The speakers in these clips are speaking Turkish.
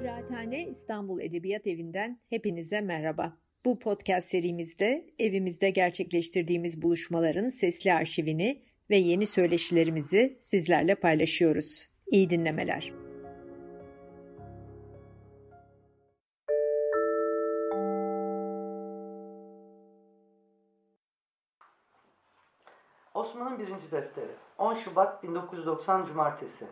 Kıraathane İstanbul Edebiyat Evi'nden hepinize merhaba. Bu podcast serimizde evimizde gerçekleştirdiğimiz buluşmaların sesli arşivini ve yeni söyleşilerimizi sizlerle paylaşıyoruz. İyi dinlemeler. Osman'ın birinci defteri. 10 Şubat 1990 Cumartesi.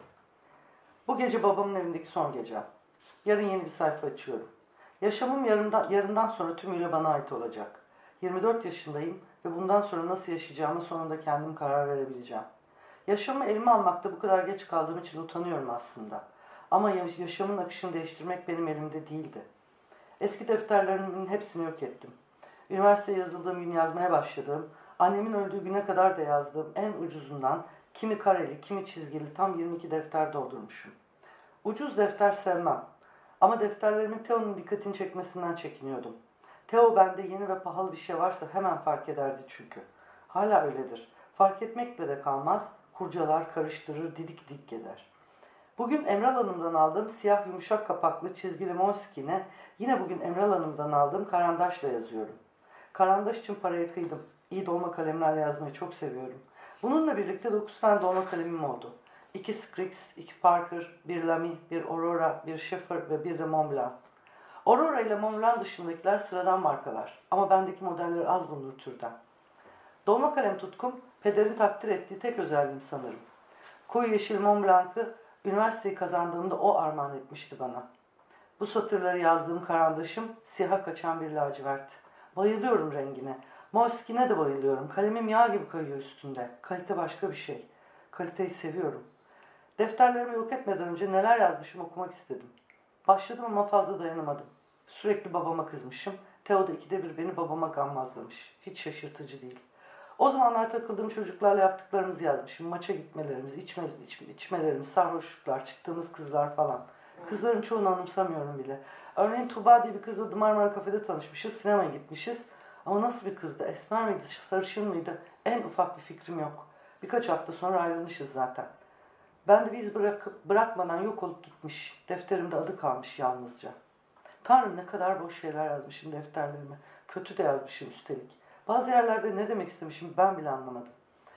Bu gece babamın evindeki son gecem. Yarın yeni bir sayfa açıyorum. Yaşamım yarından sonra tümüyle bana ait olacak. 24 yaşındayım ve bundan sonra nasıl yaşayacağımı sonunda kendim karar verebileceğim. Yaşamı elime almakta bu kadar geç kaldığım için utanıyorum aslında. Ama yaşamın akışını değiştirmek benim elimde değildi. Eski defterlerimin hepsini yok ettim. Üniversiteye yazıldığım gün yazmaya başladığım, annemin öldüğü güne kadar da yazdığım en ucuzundan kimi kareli, kimi çizgili tam 22 defter doldurmuşum. Ucuz defter sevmem. Ama defterlerimin Theo'nun dikkatini çekmesinden çekiniyordum. Theo bende yeni ve pahalı bir şey varsa hemen fark ederdi çünkü. Hala öyledir. Fark etmekle de kalmaz, kurcalar, karıştırır, didik dik eder. Bugün Emral Hanım'dan aldığım siyah yumuşak kapaklı çizgili Moleskine, yine bugün Emral Hanım'dan aldığım karandaşla yazıyorum. Karandaş için paraya kıydım. İyi dolma kalemlerle yazmayı çok seviyorum. Bununla birlikte 9 tane dolma kalemim oldu. 2 Scrix, 2 Parker, 1 Lamy, 1 Aurora, 1 Shepherd ve 1 de Montblanc. Aurora ile Montblanc dışındakiler sıradan markalar ama bendeki modeller az bulunur türden. Dolma kalem tutkum, pederin takdir ettiği tek özelliğim sanırım. Koyu yeşil Montblanc'ı üniversiteyi kazandığımda o armağan etmişti bana. Bu satırları yazdığım karandaşım siyaha kaçan bir lacivert. Bayılıyorum rengine. Moleskine de bayılıyorum. Kalemim yağ gibi kayıyor üstünde. Kalite başka bir şey. Kaliteyi seviyorum. Defterlerimi yok etmeden önce neler yazmışım okumak istedim. Başladım ama fazla dayanamadım. Sürekli babama kızmışım. Theo da ikide bir beni babama gammazlamış. Hiç şaşırtıcı değil. O zamanlar takıldığım çocuklarla yaptıklarımızı yazmışım. Maça gitmelerimiz, içmelerimiz, sarhoşluklar, çıktığımız kızlar falan. Kızların çoğunu anımsamıyorum bile. Örneğin Tuğba diye bir kızla Marmara Kafede tanışmışız, sinemaya gitmişiz. Ama nasıl bir kızdı, esmer miydi, sarışın mıydı? En ufak bir fikrim yok. Birkaç hafta sonra ayrılmışız zaten. Ben de bir iz bırakmadan yok olup gitmiş. Defterimde adı kalmış yalnızca. Tanrım ne kadar boş şeyler yazmışım defterlerime. Kötü de yazmışım üstelik. Bazı yerlerde ne demek istemişim ben bile anlamadım.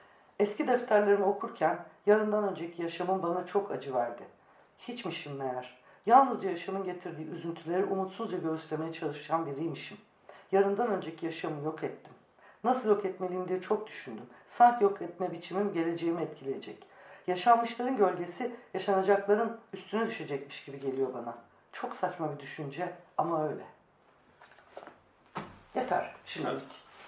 Eski defterlerimi okurken yarından önceki yaşamım bana çok acı verdi. Hiçmişim meğer. Yalnızca yaşamın getirdiği üzüntüleri umutsuzca göğüslemeye çalışan biriymişim. Yarından önceki yaşamı yok ettim. Nasıl yok etmeliyim diye çok düşündüm. Sanki yok etme biçimim geleceğimi etkileyecek. Yaşanmışların gölgesi yaşanacakların üstüne düşecekmiş gibi geliyor bana. Çok saçma bir düşünce ama öyle. Yeter şimdilik.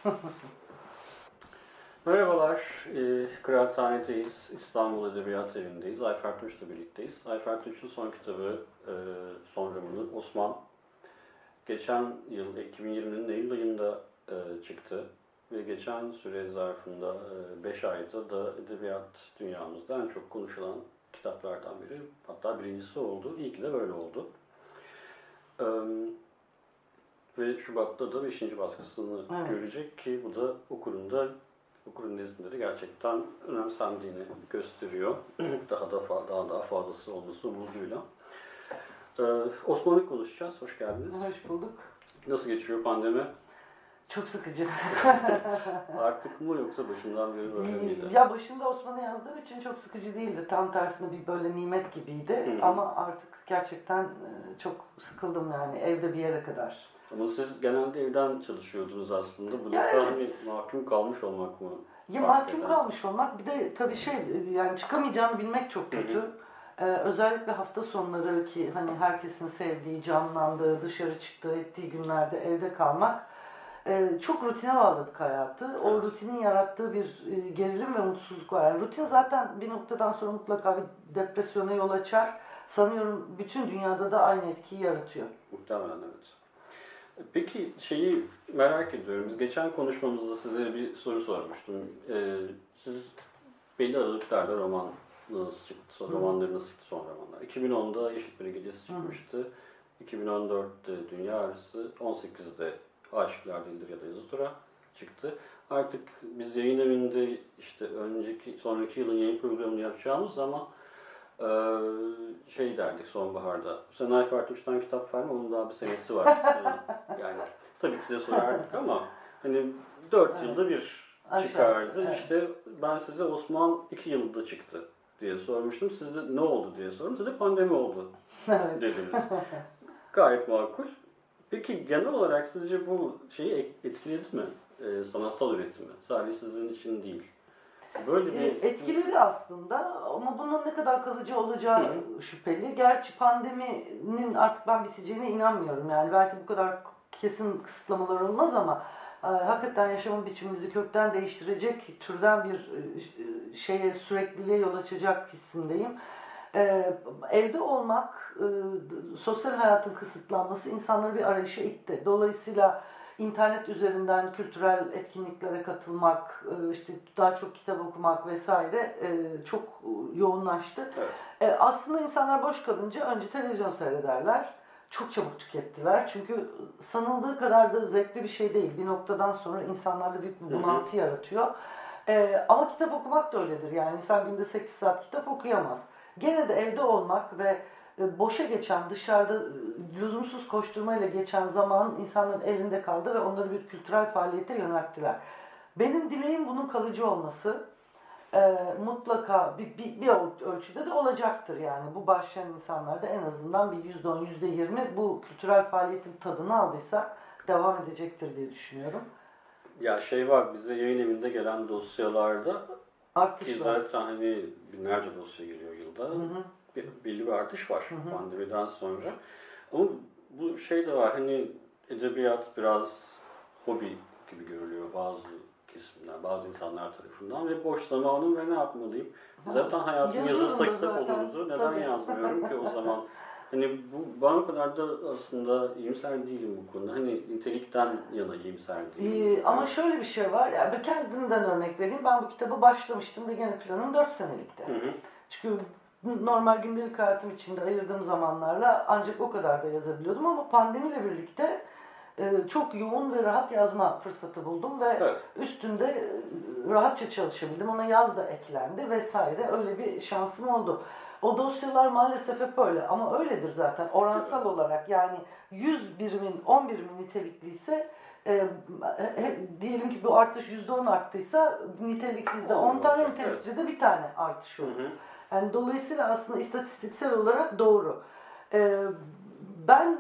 Merhabalar, Kıraathane'deyiz, İstanbul Edebiyat Evi'ndeyiz, Ayfer Tunç'la birlikteyiz. Ayfer Tunç'un son kitabı, son romanı Osman, geçen yıl 2020'nin Eylül ayında çıktı ve geçen süre zarfında 5 ayda da edebiyat dünyamızda en çok konuşulan kitaplardan biri, hatta birincisi oldu. İyi ki de böyle oldu. Ve Şubat'ta da 5. baskısını görecek ki bu da okurun nezdinde de gerçekten önemsendiğini gösteriyor. daha fazlası olması umuduyla. Osman'ı konuşacağız. Hoş geldiniz. Hoş bulduk. Nasıl geçiyor pandemi? Çok sıkıcı. Artık mı yoksa başından beri böyle miydi? Ya başında Osman'ı yazdığım için çok sıkıcı değildi. Tam tersine bir böyle nimet gibiydi. Ama artık gerçekten çok sıkıldım yani evde bir yere kadar. Ama siz genelde evden çalışıyordunuz aslında. Bu defa hani mahkum kalmış olmak mı? Ya mahkum kalmış olmak bir de tabii yani çıkamayacağını bilmek çok kötü. Özellikle hafta sonları ki hani herkesin sevdiği, canlandığı, dışarı çıktığı, ettiği günlerde evde kalmak çok rutine bağladık hayatı. O rutinin yarattığı bir gerilim ve mutsuzluk var. Yani rutin zaten bir noktadan sonra mutlaka bir depresyona yol açar. Sanıyorum bütün dünyada da aynı etkiyi yaratıyor. Muhtemelen evet. Peki şeyi merak ediyorum. Biz geçen konuşmamızda size bir soru sormuştum. Siz belli aralıklarla romanlarınız çıktı, romanlarınız çıktı, son romanlar. 2010'da Yeşilperi Gecesi çıkmıştı. 2014'te Dünya Arası, 18'de Aşıklar Değildir ya da Yazı Tura çıktı. Artık biz yayın evinde işte sonraki yılın yayın programını yapacağımız zaman Şey derdik sonbaharda. Bu sene Ayfer Tuş'tan kitap var mı? Onun daha bir senesi var. Yani tabii ki size sorardık ama hani 4 yılda bir çıkardı. Evet. İşte ben size Osman 2 yılda çıktı diye sormuştum. Siz de ne oldu diye sordum. Siz de pandemi oldu dediniz. Gayet makul. Peki genel olarak sizce bu şeyi etkiledi mi? Sanatsal üretimi. Sadece sizin için değil. Böyle bir... Etkiledi aslında ama bunun ne kadar kalıcı olacağı şüpheli. Gerçi pandeminin artık ben biteceğine inanmıyorum. Yani belki bu kadar kesin kısıtlamalar olmaz ama hakikaten yaşamın biçimimizi kökten değiştirecek türden bir şeye, sürekliliğe yol açacak hissindeyim. Evde olmak, sosyal hayatın kısıtlanması insanları bir arayışa itti. Dolayısıyla İnternet üzerinden kültürel etkinliklere katılmak, işte daha çok kitap okumak vesaire çok yoğunlaştı. Evet. Aslında insanlar boş kalınca önce televizyon seyrederler. Çok çabuk tükettiler. Çünkü sanıldığı kadar da zevkli bir şey değil. Bir noktadan sonra insanlarda büyük bir bunaltı yaratıyor. Ama kitap okumak da öyledir. Yani insan günde 8 saat kitap okuyamaz. Gene de evde olmak ve boşa geçen, dışarıda lüzumsuz koşturmayla geçen zaman insanların elinde kaldı ve onları bir kültürel faaliyete yönelttiler. Benim dileğim bunun kalıcı olması. Mutlaka bir ölçüde de olacaktır yani. Bu başlayan insanlar da en azından bir %10, %20 bu kültürel faaliyetin tadını aldıysa devam edecektir diye düşünüyorum. Ya şey var, bize yayın evinde gelen dosyalarda artış var. Zaten hani binlerce dosya geliyor yılda. Belli bir artış var pandemiden sonra. Ama bu şey de var, hani edebiyat biraz hobi gibi görülüyor bazı kesimler, bazı insanlar tarafından ve boş zamanım ve ne yapmalıyım? Zaten hayatım yazılsa kitap olurdu. Neden yazmıyorum ki o zaman? Hani ben o kadar da aslında iyimser değilim bu konuda. Hani nitelikten yana iyimser değilim. Ama şöyle bir şey var. Yani ben kendimden örnek vereyim. Ben bu kitabı başlamıştım ve gene planım 4 senelikti. Çünkü normal gündelik hayatım içinde ayırdığım zamanlarla ancak o kadar da yazabiliyordum ama pandemiyle birlikte çok yoğun ve rahat yazma fırsatı buldum ve üstünde rahatça çalışabildim. Ona yaz da eklendi vesaire. Öyle bir şansım oldu. O dosyalar maalesef hep öyle ama öyledir zaten oransal olarak. Yani 100 birimin 10 birimi nitelikliyse diyelim ki bu artış %10 arttıysa niteliksizde 10 tane, nitelikli de bir tane artış olur. Yani dolayısıyla aslında istatistiksel olarak doğru. Ben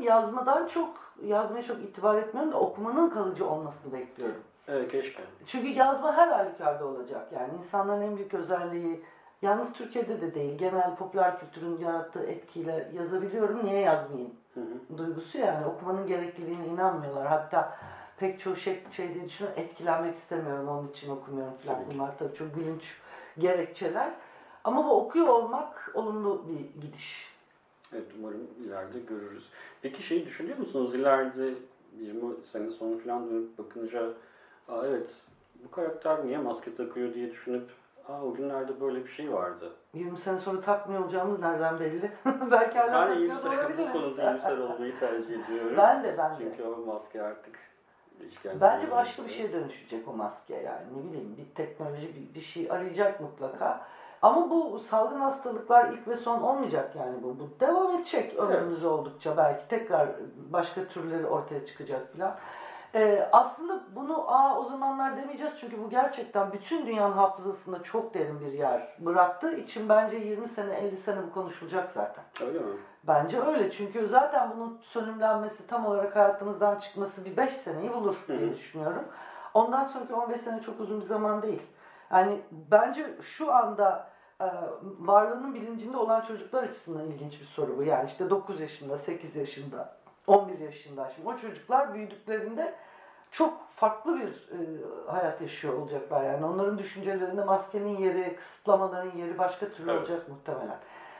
yazmaya çok itibar etmiyorum da okumanın kalıcı olmasını bekliyorum. Evet, keşke. Çünkü yazma her halükarda olacak. Yani insanların en büyük özelliği, yalnız Türkiye'de de değil, genel popüler kültürün yarattığı etkiyle yazabiliyorum, niye yazmayayım duygusu yani. Okumanın gerekliliğine inanmıyorlar. Hatta pek çoğu şey diye düşünüyorum, etkilenmek istemiyorum, onun için okumuyorum falan. Bunlar tabii çok gülünç gerekçeler. Ama bu okuyor olmak olumlu bir gidiş. Evet, umarım ileride görürüz. Peki şeyi düşünüyor musunuz? İleride 20 sene sonra falan dönüp bakınca evet bu karakter niye maske takıyor diye düşünüp o günlerde böyle bir şey vardı. 20 sene sonra takmıyor olacağımız nereden belli? Belki hala takıyor da olabiliriz. Bu konuda iyimser olmayı tercih ediyorum. Ben de. Çünkü o maske artık bence başka bir şeye dönüşecek o maske yani. Ne bileyim, bir teknoloji bir şey arayacak mutlaka. Ama bu salgın hastalıklar ilk ve son olmayacak yani bu. Bu devam edecek ömrümüz oldukça, belki tekrar başka türleri ortaya çıkacak filan. Aslında bunu o zamanlar demeyeceğiz çünkü bu gerçekten bütün dünyanın hafızasında çok derin bir yer bıraktığı için bence 20 sene 50 sene bu konuşulacak zaten. Öyle mi? Bence öyle çünkü zaten bunun sönümlenmesi, tam olarak hayatımızdan çıkması bir 5 seneyi bulur diye düşünüyorum. Ondan sonraki 15 sene çok uzun bir zaman değil. Yani bence şu anda varlığının bilincinde olan çocuklar açısından ilginç bir soru bu. Yani işte 9 yaşında, 8 yaşında, 11 yaşında. Şimdi o çocuklar büyüdüklerinde çok farklı bir hayat yaşıyor olacaklar. Yani onların düşüncelerinde maskenin yeri, kısıtlamaların yeri başka türlü olacak muhtemelen.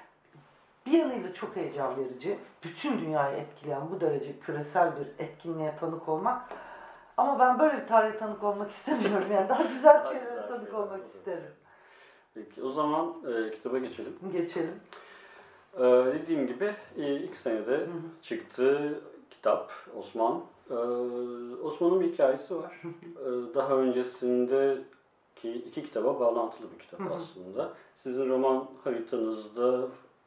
Bir yanıyla çok heyecan verici. Bütün dünyayı etkileyen bu derece küresel bir etkinliğe tanık olmak. Ama ben böyle bir tarihe tanık olmak istemiyorum. Yani daha güzel şeylere tanık olmak isterim. Peki o zaman kitaba geçelim. Geçelim. Dediğim gibi ilk senede çıktı kitap Osman. Osman'ın bir hikayesi var. Daha öncesindeki 2 kitaba bağlantılı bir kitap aslında. Sizin roman haritanızda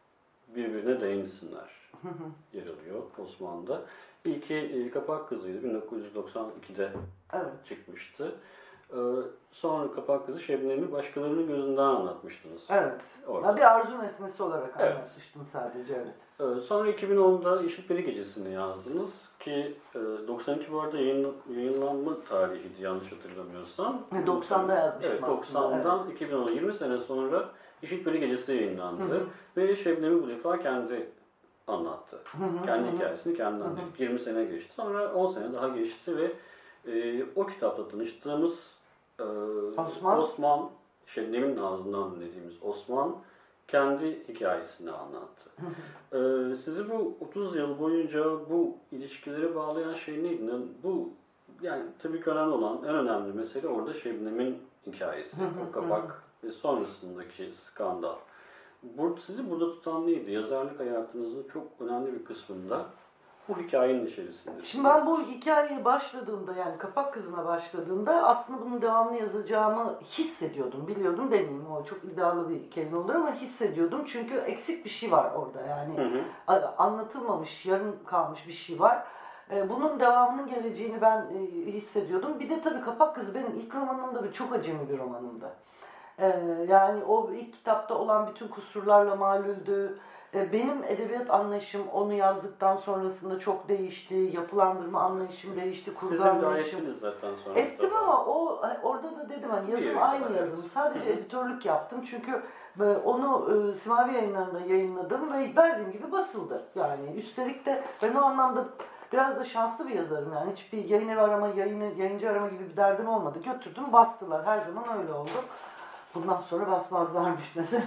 birbirine değinsinler yer alıyor Osmanlı'da. İlki Kapak Kızı'ydı. 1992'de çıkmıştı. Sonra Kapak Kızı Şebnem'i başkalarının gözünden anlatmıştınız. Evet. Orada. Bir arzu nesnesi olarak anlatmıştım sadece. Evet. Sonra 2010'da Yeşil Peri Gecesi'ni yazdınız ki 92 bu arada yayınlanma tarihiydi yanlış hatırlamıyorsam. 90'da yazmıştım evet, 90'dan 2010'a 20 sene sonra Yeşil Peri Gecesi yayınlandı. Ve Şebnem'i bu defa kendi anlattı. Kendi hikayesini kendi anlattı. 20 sene geçti. Sonra 10 sene daha geçti ve o kitapta tanıştığımız Osman, Şebnem'in ağzından dinlediğimiz Osman kendi hikayesini anlattı. Sizi bu 30 yıl boyunca bu ilişkilere bağlayan şey neydi? Bu yani tabii ki önemli olan, en önemli mesele orada Şebnem'in hikayesi. O kapak ve sonrasındaki skandal. Sizi burada tutan neydi? Yazarlık hayatınızın çok önemli bir kısmında bu hikayenin içerisinde. Şimdi ben bu hikayeye başladığımda, yani Kapak Kızı'na başladığımda aslında bunun devamını yazacağımı hissediyordum. Biliyordum demeyeyim, o çok iddialı bir kelime olur ama hissediyordum. Çünkü eksik bir şey var orada yani. Anlatılmamış, yarım kalmış bir şey var. Bunun devamının geleceğini ben hissediyordum. Bir de tabii Kapak Kızı benim ilk romanımda ve çok acemi bir romanımdı. Yani o ilk kitapta olan bütün kusurlarla malüldü. Benim edebiyat anlayışım onu yazdıktan sonrasında çok değişti. Yapılandırma anlayışım değişti. Kurgu anlayışım. Siz de zaten sonra. Ettim ama orada da dedim hani yazım aynı yazım. Sadece editörlük yaptım. Çünkü onu Simavi Yayınları'nda yayınladım ve verdiğim gibi basıldı. Yani üstelik de ben o anlamda biraz da şanslı bir yazarım yani. Hiçbir yayın evi arama, yayıncı arama gibi bir derdim olmadı. Götürdüm, bastılar. Her zaman öyle oldu. Bundan sonra basmazlarmış mesela.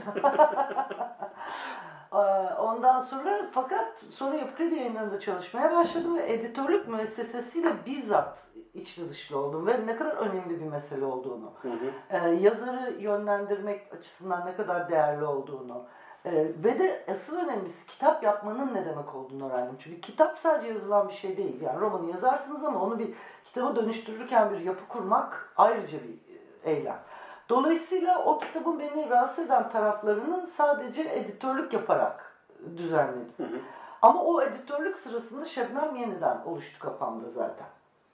Ondan sonra sonra Yapı Kredi Yayınları'nda çalışmaya başladım ve editörlük müessesesiyle bizzat içli dışlı oldum ve ne kadar önemli bir mesele olduğunu, yazarı yönlendirmek açısından ne kadar değerli olduğunu ve de asıl önemlisi kitap yapmanın ne demek olduğunu öğrendim. Çünkü kitap sadece yazılan bir şey değil. Yani romanı yazarsınız ama onu bir kitaba dönüştürürken bir yapı kurmak ayrıca bir eylem. Dolayısıyla o kitabın beni rahatsız eden taraflarını sadece editörlük yaparak düzenledim. Ama o editörlük sırasında Şebnem yeniden oluştu kafamda zaten.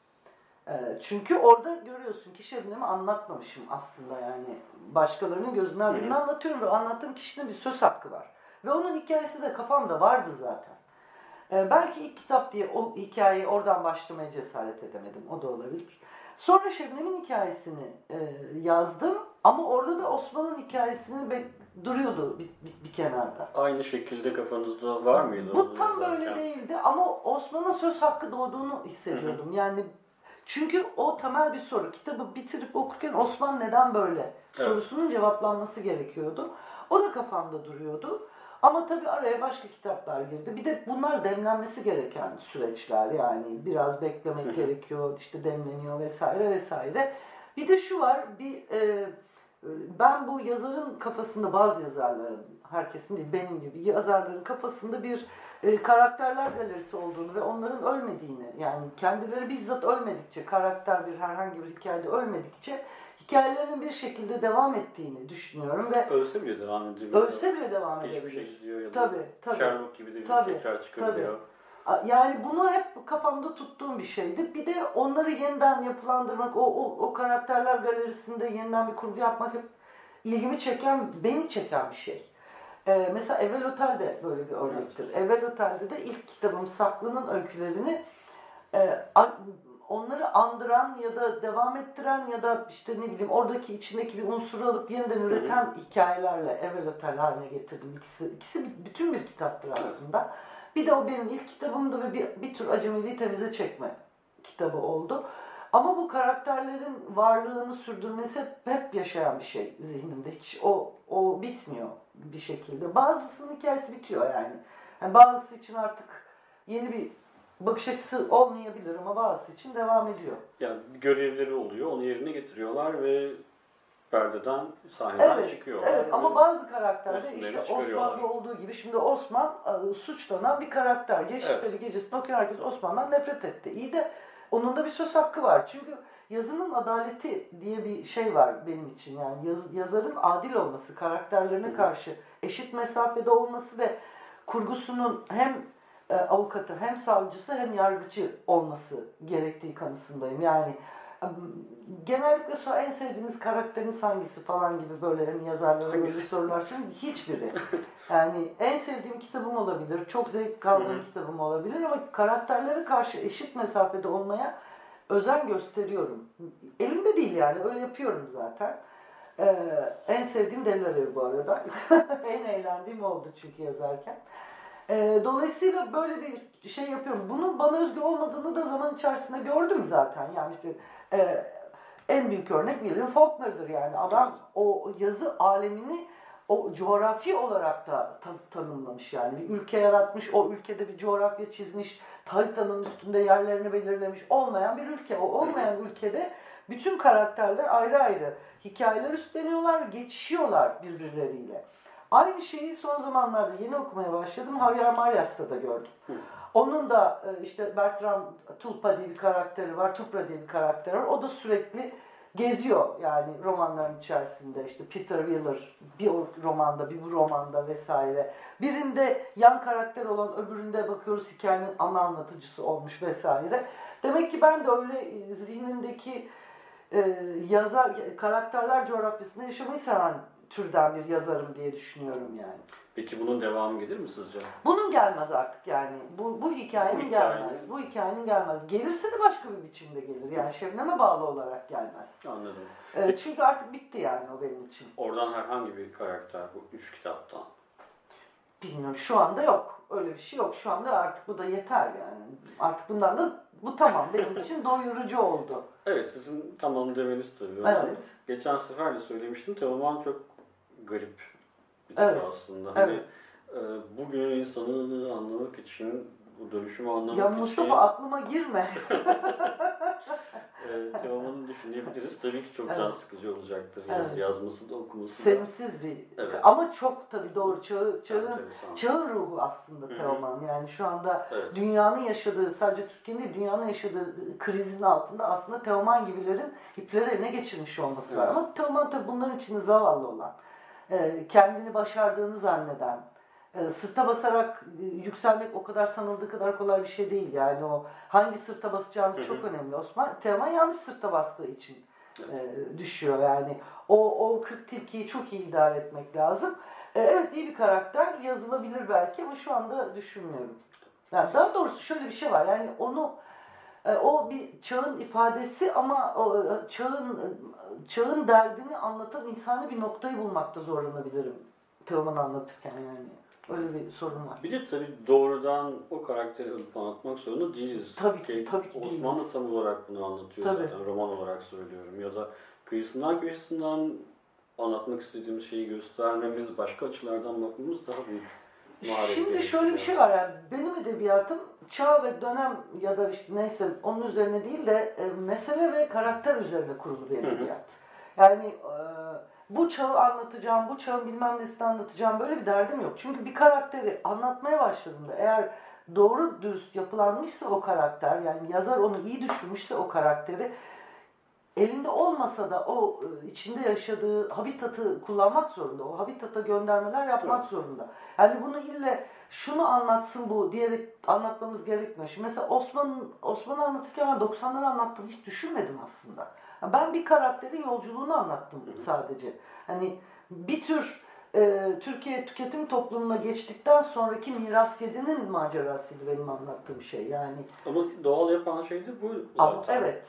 Çünkü orada görüyorsun ki Şebnem'i anlatmamışım aslında yani. Başkalarının gözünden birini anlatıyorum ve anlattığım kişinin bir söz hakkı var. Ve onun hikayesi de kafamda vardı zaten. Belki ilk kitap diye o hikayeyi oradan başlamaya cesaret edemedim. O da olabilir. Sonra Şebnem'in hikayesini yazdım ama orada da Osman'ın hikayesini duruyordu bir kenarda. Aynı şekilde kafanızda var mıydı? Bu tam böyle değildi ama Osman'a söz hakkı doğduğunu hissediyordum. Yani çünkü o temel bir soru. Kitabı bitirip okurken Osman neden böyle sorusunun cevaplanması gerekiyordu. O da kafamda duruyordu. Ama tabii araya başka kitaplar girdi. Bir de bunlar demlenmesi gereken süreçler yani. Biraz beklemek gerekiyor, işte demleniyor vesaire vesaire. Bir de şu var, ben bu yazarın kafasında bazı yazarların, herkesin değil benim gibi yazarların kafasında bir karakterler galerisi olduğunu ve onların ölmediğini, yani kendileri bizzat ölmedikçe, karakter herhangi bir hikayede ölmedikçe hikayelerinin bir şekilde devam ettiğini düşünüyorum ve ölse bile devam ediyor. Ölse bile devam ediyor. Hiçbir şey gidiyor ya da tabii. Sherlock gibi de tekrar çıkabiliyor. Yani bunu hep kafamda tuttuğum bir şeydi. Bir de onları yeniden yapılandırmak, o karakterler galerisinde yeniden bir kurgu yapmak hep ilgimi çeken, beni çeken bir şey. Mesela Evvel Otel de böyle bir örnektir. Evet. Evvel Otel'de de ilk kitabım Saklı'nın öykülerini onları andıran ya da devam ettiren ya da işte ne bileyim oradaki içindeki bir unsuru alıp yeniden üreten hikayelerle Evvel Otel haline getirdim. İkisi bütün bir kitaptır aslında. Bir de o benim ilk kitabımdı ve bir tür acemiliği temize çekme kitabı oldu. Ama bu karakterlerin varlığını sürdürmesi hep yaşayan bir şey zihnimde. Hiç o bitmiyor bir şekilde. Bazısının hikayesi bitiyor yani. Bazısı için artık yeni bir bakış açısı olmayabilir ama bazısı için devam ediyor. Yani görevleri oluyor, onu yerine getiriyorlar ve perdeden, sahneden çıkıyorlar. Evet ama bazı karakterler işte Osman'da olduğu gibi, şimdi Osman suçlanan bir karakter. Yeşil Peri Gecesi'nde okuyan herkes Osman'dan nefret etti. İyi de onun da bir söz hakkı var. Çünkü yazının adaleti diye bir şey var benim için. Yani yazarın adil olması, karakterlerine karşı eşit mesafede olması ve kurgusunun hem avukatı hem savcısı hem yargıcı olması gerektiği kanısındayım. Yani genellikle en sevdiğiniz karakteriniz hangisi falan gibi böyle hani yazarlara böyle sorular şimdi hiçbiri. Yani en sevdiğim kitabım olabilir, çok zevk aldığım kitabım olabilir ama karakterlere karşı eşit mesafede olmaya özen gösteriyorum. Elimde değil yani, öyle yapıyorum zaten. En sevdiğim Deliler Evi bu arada. En eğlendiğim oldu çünkü yazarken. Dolayısıyla böyle bir şey yapıyorum. Bunun bana özgü olmadığını da zaman içerisinde gördüm zaten. Yani işte en büyük örnek William Faulkner'dır yani. Adam o yazı alemini o coğrafi olarak da tanımlamış yani. Bir ülke yaratmış, o ülkede bir coğrafya çizmiş, haritanın üstünde yerlerini belirlemiş. Olmayan bir ülke. O olmayan ülkede bütün karakterler ayrı ayrı hikayeler üstleniyorlar, geçişiyorlar birbirleriyle. Aynı şeyi son zamanlarda yeni okumaya başladım. Javier Marias'ta da gördüm. Onun da işte Bertrand Tulpa diye bir karakteri var, Tupra diye bir karakter var. O da sürekli geziyor yani romanların içerisinde. İşte Peter Wheeler bir o romanda, bir bu romanda vesaire. Birinde yan karakter olan, öbüründe bakıyoruz hikayenin ana anlatıcısı olmuş vesaire. Demek ki ben de öyle zihnindeki karakterler coğrafyasında yaşamayı seven türden bir yazarım diye düşünüyorum yani. Peki bunun devamı gelir mi sizce? Bunun gelmez artık yani. Bu hikayenin gelmez. Bu hikayenin gelmez. Gelirse de başka bir biçimde gelir. Yani Şebnem'e bağlı olarak gelmez. Anladım. Çünkü artık bitti yani o benim için. Oradan herhangi bir karakter bu 3 kitaptan? Bilmiyorum. Şu anda yok. Öyle bir şey yok. Şu anda artık bu da yeter yani. Artık bundan da bu tamam. Benim için doyurucu oldu. Evet, sizin tamam demeniz tabii. Evet. Geçen sefer de söylemiştim. Teoman çok garip bir tip aslında. Evet. Hani bugünün insanını anlamak için, bu dönüşümü anlamak ya için... Ya Mustafa aklıma girme. Teoman'ı düşünebiliriz. Tabii ki çok can sıkıcı olacaktır. Yazması da okuması da. Sevimsiz bir. Ama çok tabii doğru. Çağın ruhu aslında Teoman. Yani şu anda dünyanın yaşadığı, sadece Türkiye'nin değil dünyanın yaşadığı krizin altında aslında Teoman gibilerin ipleri eline geçirmiş olması var. Ama Teoman tabii bunların içinde zavallı olan, kendini başardığını zanneden, sırta basarak yükselmek o kadar sanıldığı kadar kolay bir şey değil. Yani o hangi sırta basacağınız çok önemli. Teoman yanlış sırta bastığı için düşüyor yani. O 40 tilkiyi çok iyi idare etmek lazım. Evet, iyi bir karakter yazılabilir belki ama şu anda düşünmüyorum. Yani daha doğrusu şöyle bir şey var. Yani onu o bir çağın ifadesi ama o çağın derdini anlatan insani bir noktayı bulmakta zorlanabilirim Teoman'ı anlatırken yani. Öyle bir sorun var. Bir de tabii doğrudan o karakteri alıp anlatmak zorunda değiliz. Tabii ki Osmanlı tam olarak bunu anlatıyor zaten. Roman olarak söylüyorum. Ya da kıyısından köşesinden anlatmak istediğimiz şeyi göstermemiz, başka açılardan bakmamız daha büyük. Şimdi şöyle bir şey var yani. Benim edebiyatım çağ ve dönem ya da işte neyse onun üzerine değil de mesele ve karakter üzerine kurulu bir edebiyat. Yani bu çağı anlatacağım, bu çağın bilmem nesini anlatacağım böyle bir derdim yok. Çünkü bir karakteri anlatmaya başladığımda eğer doğru dürüst yapılanmışsa o karakter, yani yazar onu iyi düşünmüşse o karakteri, elinde olmasa da o içinde yaşadığı habitatı kullanmak zorunda. O habitata göndermeler yapmak zorunda. Yani bunu ille şunu anlatsın bu diyerek anlatmamız gerekmiyor. Şimdi mesela Osman'ı anlatırken ben 90'ları anlattım, hiç düşünmedim aslında. Ben bir karakterin yolculuğunu anlattım sadece. Hani bir tür Türkiye tüketim toplumuna geçtikten sonraki miras yedinin macerasıydı benim anlattığım şey yani. Ama doğal yapan şey de bu zaten. Ama, evet.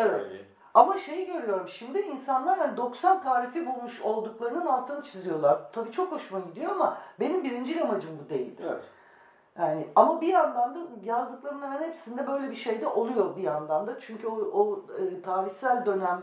Ama şeyi görüyorum şimdi, insanlar hani 90 tarifi bulmuş olduklarının altını çiziyorlar. Tabii çok hoşuma gidiyor ama benim birincil amacım bu değildi. Evet. Yani ama bir yandan da yazdıklarımın hemen hepsinde böyle bir şey de oluyor bir yandan da. Çünkü o tarihsel dönem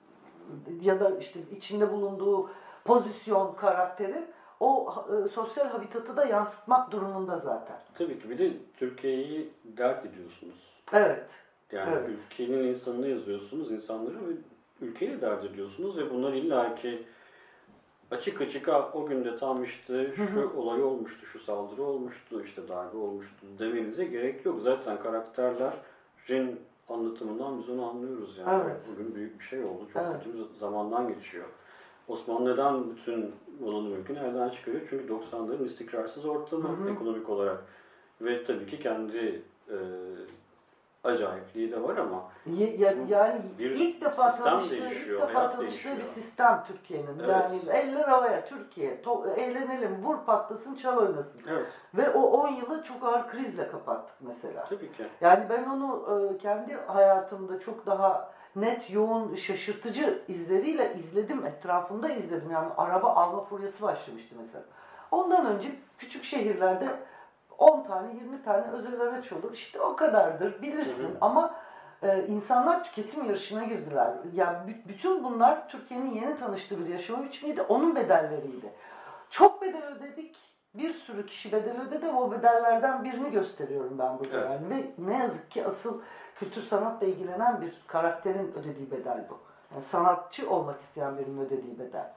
ya da işte içinde bulunduğu pozisyon karakterin o sosyal habitatı da yansıtmak durumunda zaten. Tabii ki bir de Türkiye'yi dert ediyorsunuz. Evet. Yani ülkenin insanını yazıyorsunuz, insanları ve ülkeyi dert ediyorsunuz ve bunlar illaki açık açık o günde tam işte şu olay olmuştu, şu saldırı olmuştu, işte darbe olmuştu demenize gerek yok. Zaten karakterlerin anlatımından biz onu anlıyoruz yani. Evet. Bugün büyük bir şey oldu, çok kötü bir zamandan geçiyor. Osmanlı neden bütün malını mülkünü elden çıkarıyor? Çünkü 90'ların istikrarsız ortamı ekonomik olarak ve tabii ki kendi acayipliği de var ama yani ilk defa tanıştığı bir sistem Türkiye'nin. Evet. Yani eller havaya Türkiye, eğlenelim, vur patlasın, çal oynasın. Evet. Ve o 10 yılı çok ağır krizle kapattık mesela. Tabii ki. Yani ben onu kendi hayatımda çok daha net, yoğun, şaşırtıcı izleriyle izledim, etrafımda izledim. Yani araba alma furyası başlamıştı mesela. Ondan önce küçük şehirlerde 10 tane, 20 tane özel araç olur. İşte o kadardır, bilirsin. Ama insanlar tüketim yarışına girdiler. Yani bütün bunlar Türkiye'nin yeni tanıştığı bir yaşama biçimiydi. Onun bedelleriydi. Çok bedel ödedik. Bir sürü kişi bedel ödedi. O bedellerden birini gösteriyorum ben burada. Evet. Yani. Ve ne yazık ki asıl kültür sanatla ilgilenen bir karakterin ödediği bedel bu. Yani sanatçı olmak isteyen birinin ödediği bedel.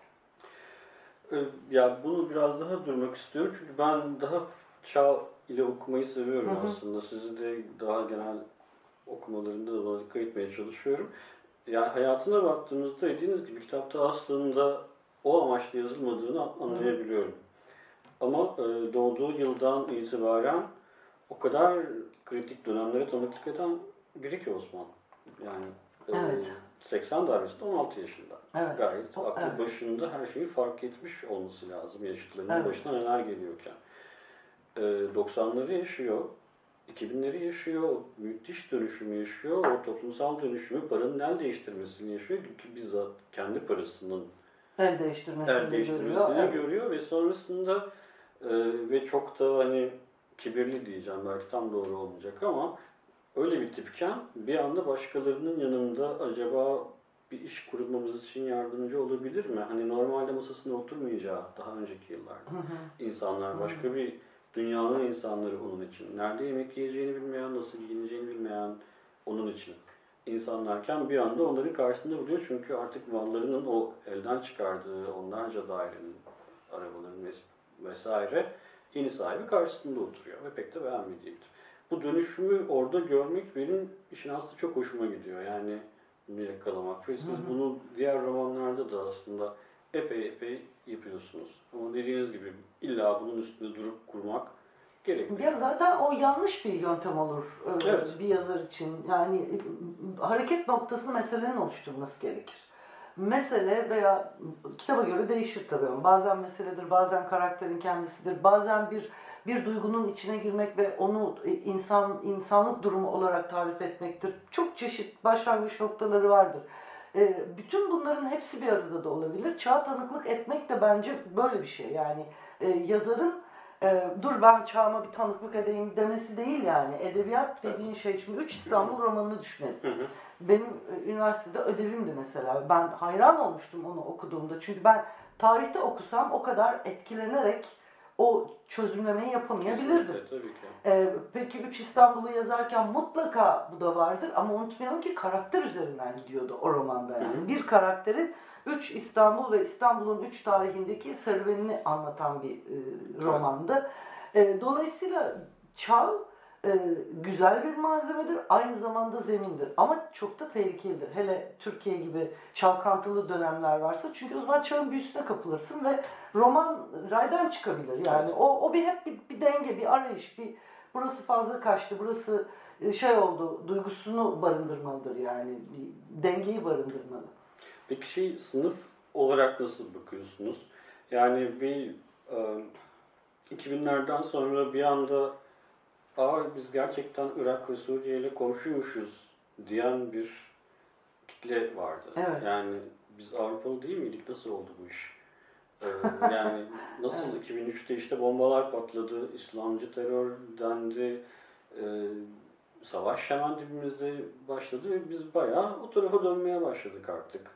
Ya bunu biraz daha durmak istiyorum. Çünkü ben daha çağ ile okumayı seviyorum aslında. Sizin de daha genel okumalarında da buna dikkat etmeye çalışıyorum. Yani hayatına baktığımızda dediğiniz gibi kitapta aslında o amaçla yazılmadığını anlayabiliyorum. Ama doğduğu yıldan itibaren o kadar kritik dönemlere tanıklık eden biri ki Osman. Yani evet. 80 darbesinde 16 yaşında. Evet. Gayet aklı başında her şeyi fark etmiş olması lazım yaşıtlarının başına neler geliyorken. 90'ları yaşıyor, 2000'leri yaşıyor, müthiş dönüşümü yaşıyor, o toplumsal dönüşümü, paranın el değiştirmesini yaşıyor. Çünkü bizzat kendi parasının el değiştirmesini görüyor ve sonrasında ve çok da hani kibirli diyeceğim, belki tam doğru olmayacak ama öyle bir tipken bir anda başkalarının yanında acaba bir iş kurmamız için yardımcı olabilir mi? Hani normalde masasında oturmayacağı daha önceki yıllarda insanlar başka bir dünyanın insanları onun için. Nerede yemek yiyeceğini bilmeyen, nasıl giyineceğini bilmeyen onun için insanlarken bir anda onların karşısında buluyor. Çünkü artık mallarının o elden çıkardığı onlarca dairenin, arabaların vesaire yeni sahibi karşısında oturuyor ve pek de beğenmediği. Bu dönüşümü orada görmek benim işin aslında çok hoşuma gidiyor. Yani bunu yakalamak ve siz bunu diğer romanlarda da aslında epey yapıyorsunuz. Ama dediğiniz gibi illa bunun üstünde durup kurmak gerekli. Ya zaten o yanlış bir yöntem olur bir yazar için. Yani hareket noktasını meselenin oluşturması gerekir. Mesele veya kitaba göre değişir tabii. Bazen meseledir, bazen karakterin kendisidir, bazen bir duygunun içine girmek ve onu insanlık durumu olarak tarif etmektir. Çok çeşit başlangıç noktaları vardır. Bütün bunların hepsi bir arada da olabilir. Çağa tanıklık etmek de bence böyle bir şey. Yani yazarın dur ben çağıma bir tanıklık edeyim demesi değil yani. Edebiyat dediğin şey, şimdi 3 İstanbul romanını düşünelim. Benim üniversitede ödevimdi mesela. Ben hayran olmuştum onu okuduğumda. Çünkü ben tarihte okusam o kadar etkilenerek o çözümlemeyi yapamayabilirdim. Tabii ki. Peki 3 İstanbul'u yazarken mutlaka bu da vardır ama unutmayalım ki karakter üzerinden gidiyordu o romanda yani. Bir karakterin 3 İstanbul ve İstanbul'un 3 tarihindeki serüvenini anlatan bir romandı. Dolayısıyla çağ güzel bir malzemedir, aynı zamanda zemindir. Ama çok da tehlikelidir. Hele Türkiye gibi çalkantılı dönemler varsa. Çünkü o zaman çağın büyüsüne kapılırsın ve roman raydan çıkabilir. Yani o hep bir denge, bir arayış, burası fazla kaçtı, burası şey oldu, duygusunu barındırmalıdır yani. Bir dengeyi barındırmalı. Peki sınıf olarak nasıl bakıyorsunuz? Yani 2000'lerden sonra bir anda biz gerçekten Irak ve Suriye ile komşuymuşuz diyen bir kitle vardı. Evet. Yani biz Avrupalı değil miydik? Nasıl oldu bu iş? Yani nasıl 2003'te işte bombalar patladı, İslamcı terör dendi, savaş hemen dibimizde başladı ve biz bayağı o tarafa dönmeye başladık artık.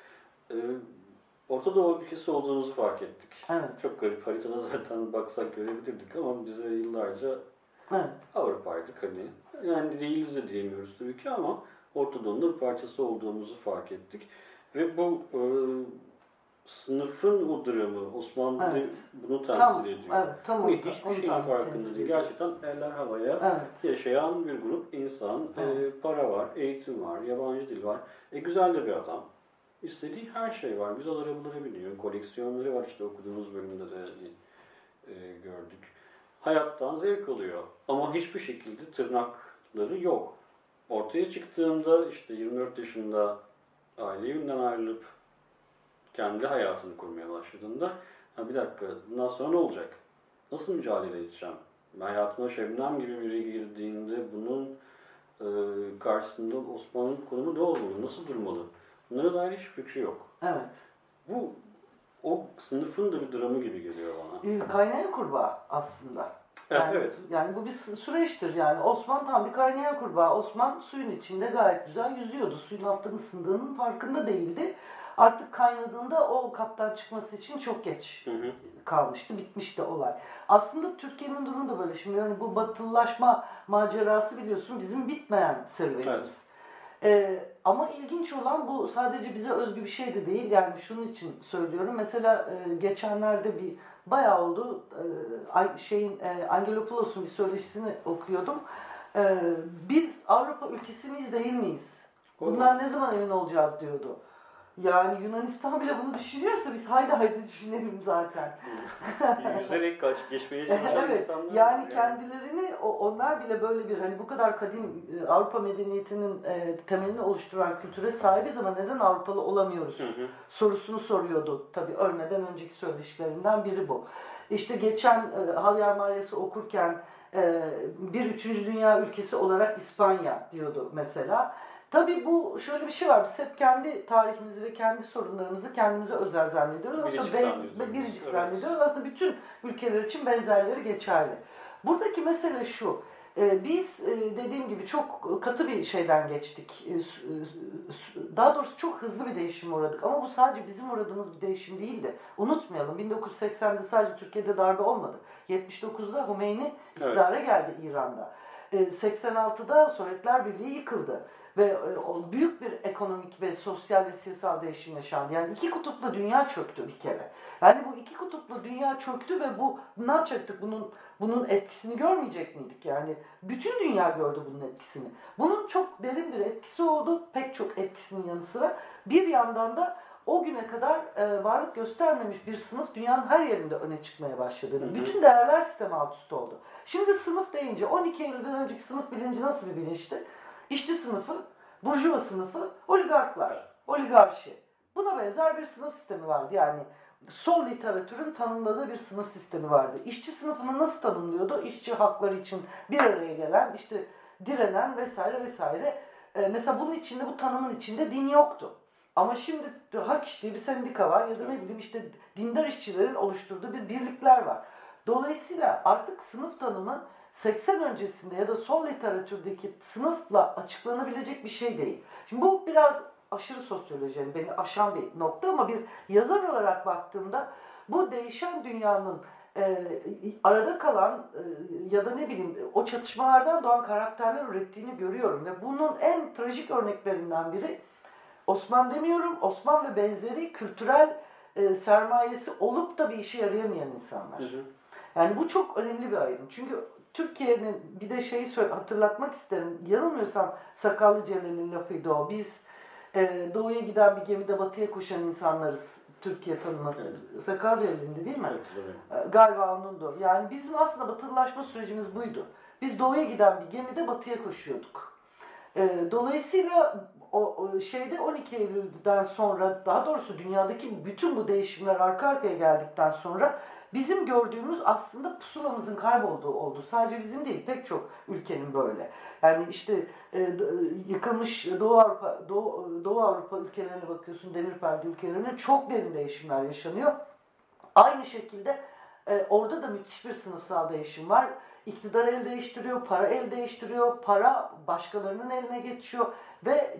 Orta Doğu ülkesi olduğumuzu fark ettik. Evet. Çok garip, haritada zaten baksak görebilirdik ama bize yıllarca Avrupa'ydık hani. Yani değiliz de diyemiyoruz tabii ki ama Orta Doğu'nun bir parçası olduğumuzu fark ettik. Ve bu sınıfın o dramı, Osmanlı bunu temsil ediyor. Tam hiçbir şeyin farkında değil. Gerçekten eller havaya yaşayan bir grup insan. Para var, eğitim var, yabancı dil var. Güzel de bir adam. İstediği her şey var. Güzel arabaları biniyor. Koleksiyonları var, işte okuduğumuz bölümde de gördük. Hayattan zevk alıyor. Ama hiçbir şekilde tırnakları yok. Ortaya çıktığında işte 24 yaşında aile evinden ayrılıp kendi hayatını kurmaya başladığında bir dakika, bundan sonra ne olacak? Nasıl mücadele edeceğim? Hayatıma Şebnem gibi biri girdiğinde bunun karşısında Osman'ın konumu ne olmalı? Nasıl durmalı? Bunlara dair hiçbir fikri yok. Evet. Bu o sınıfın da bir dramı gibi geliyor bana. Kaynayan kurbağa aslında. Yani, evet. Yani bu bir süreçtir yani. Osman tam bir kaynayan kurbağa. Osman suyun içinde gayet güzel yüzüyordu. Suyun alttan ısındığının farkında değildi. Artık kaynadığında o kattan çıkması için çok geç kalmıştı. Bitmişti olay. Aslında Türkiye'nin durumu da böyle. Şimdi yani bu batılılaşma macerası biliyorsun bizim bitmeyen serüvenimiz. Ama ilginç olan bu sadece bize özgü bir şey de değil. Yani şunun için söylüyorum. Mesela geçenlerde bayağı oldu. Angelopoulos'un bir söyleşisini okuyordum. Biz Avrupa ülkesi miyiz değil miyiz? Bundan ne zaman emin olacağız diyordu. Yani Yunanistan bile bunu düşünüyorsa biz haydi düşünelim zaten. Yüzerek geçmeye çalışan evet, insanlar. Yani kendilerini onlar bile böyle bir hani bu kadar kadim Avrupa medeniyetinin temelini oluşturan kültüre sahibiz ama neden Avrupalı olamıyoruz sorusunu soruyordu. Tabii ölmeden önceki söyleşilerinden biri bu. İşte geçen Javier Marias'ı okurken bir üçüncü dünya ülkesi olarak İspanya diyordu mesela. Tabii bu şöyle bir şey var. Biz hep kendi tarihimizi ve kendi sorunlarımızı kendimize özel zannediyoruz. Aslında biricik zannediyoruz. Aslında bütün ülkeler için benzerleri geçerli. Buradaki mesele şu. Biz dediğim gibi çok katı bir şeyden geçtik. Daha doğrusu çok hızlı bir değişime uğradık. Ama bu sadece bizim uğradığımız bir değişim değildi. Unutmayalım 1980'de sadece Türkiye'de darbe olmadı. 79'da Hümeyni iktidara geldi İran'da. 86'da Sovyetler Birliği yıkıldı. Ve büyük bir ekonomik ve sosyal ve siyasal değişim yaşandı. Yani iki kutuplu dünya çöktü bir kere. Yani bu iki kutuplu dünya çöktü ve ne yapacaktık? Bunun etkisini görmeyecek miydik? Yani bütün dünya gördü bunun etkisini. Bunun çok derin bir etkisi oldu. Pek çok etkisinin yanı sıra. Bir yandan da o güne kadar varlık göstermemiş bir sınıf dünyanın her yerinde öne çıkmaya başladı. Bütün değerler sistemi alt üst oldu. Şimdi sınıf deyince 12 Eylül'den önceki sınıf bilinci nasıl bir bilinçti? İşçi sınıfı, burjuva sınıfı, oligarklar, oligarşi. Buna benzer bir sınıf sistemi vardı. Yani sol literatürün tanımladığı bir sınıf sistemi vardı. İşçi sınıfını nasıl tanımlıyordu? İşçi hakları için bir araya gelen, işte direnen vesaire vesaire. Mesela bunun içinde, bu tanımın içinde din yoktu. Ama şimdi Hak İş diye bir sendika var ya da ne bileyim işte dindar işçilerin oluşturduğu bir birlikler var. Dolayısıyla artık sınıf tanımı 80 öncesinde ya da sol literatürdeki sınıfla açıklanabilecek bir şey değil. Şimdi bu biraz aşırı sosyoloji, yani beni aşan bir nokta ama bir yazar olarak baktığımda bu değişen dünyanın arada kalan ya da ne bileyim o çatışmalardan doğan karakterler ürettiğini görüyorum. Ve bunun en trajik örneklerinden biri Osman demiyorum, Osman ve benzeri kültürel sermayesi olup da bir işe yarayamayan insanlar. Yani bu çok önemli bir ayrım. Çünkü Türkiye'nin bir de hatırlatmak isterim. Yanılmıyorsam Sakallı Celal'in lafıydı o. Biz doğuya giden bir gemide batıya koşan insanlarız. Türkiye tanımı. Evet. Sakallı Celal'indi değil mi? Evet. Galiba onundu. Yani bizim aslında batılılaşma sürecimiz buydu. Biz doğuya giden bir gemide batıya koşuyorduk. Dolayısıyla o 12 Eylül'den sonra, daha doğrusu dünyadaki bütün bu değişimler arka arkaya geldikten sonra bizim gördüğümüz aslında pusulamızın kaybolduğu oldu. Sadece bizim değil, pek çok ülkenin böyle. Yani işte yıkılmış Doğu Avrupa ülkelerine bakıyorsun, demir perde ülkelerine çok derin değişimler yaşanıyor. Aynı şekilde orada da müthiş bir sınıfsal değişim var. İktidar el değiştiriyor, para el değiştiriyor, para başkalarının eline geçiyor ve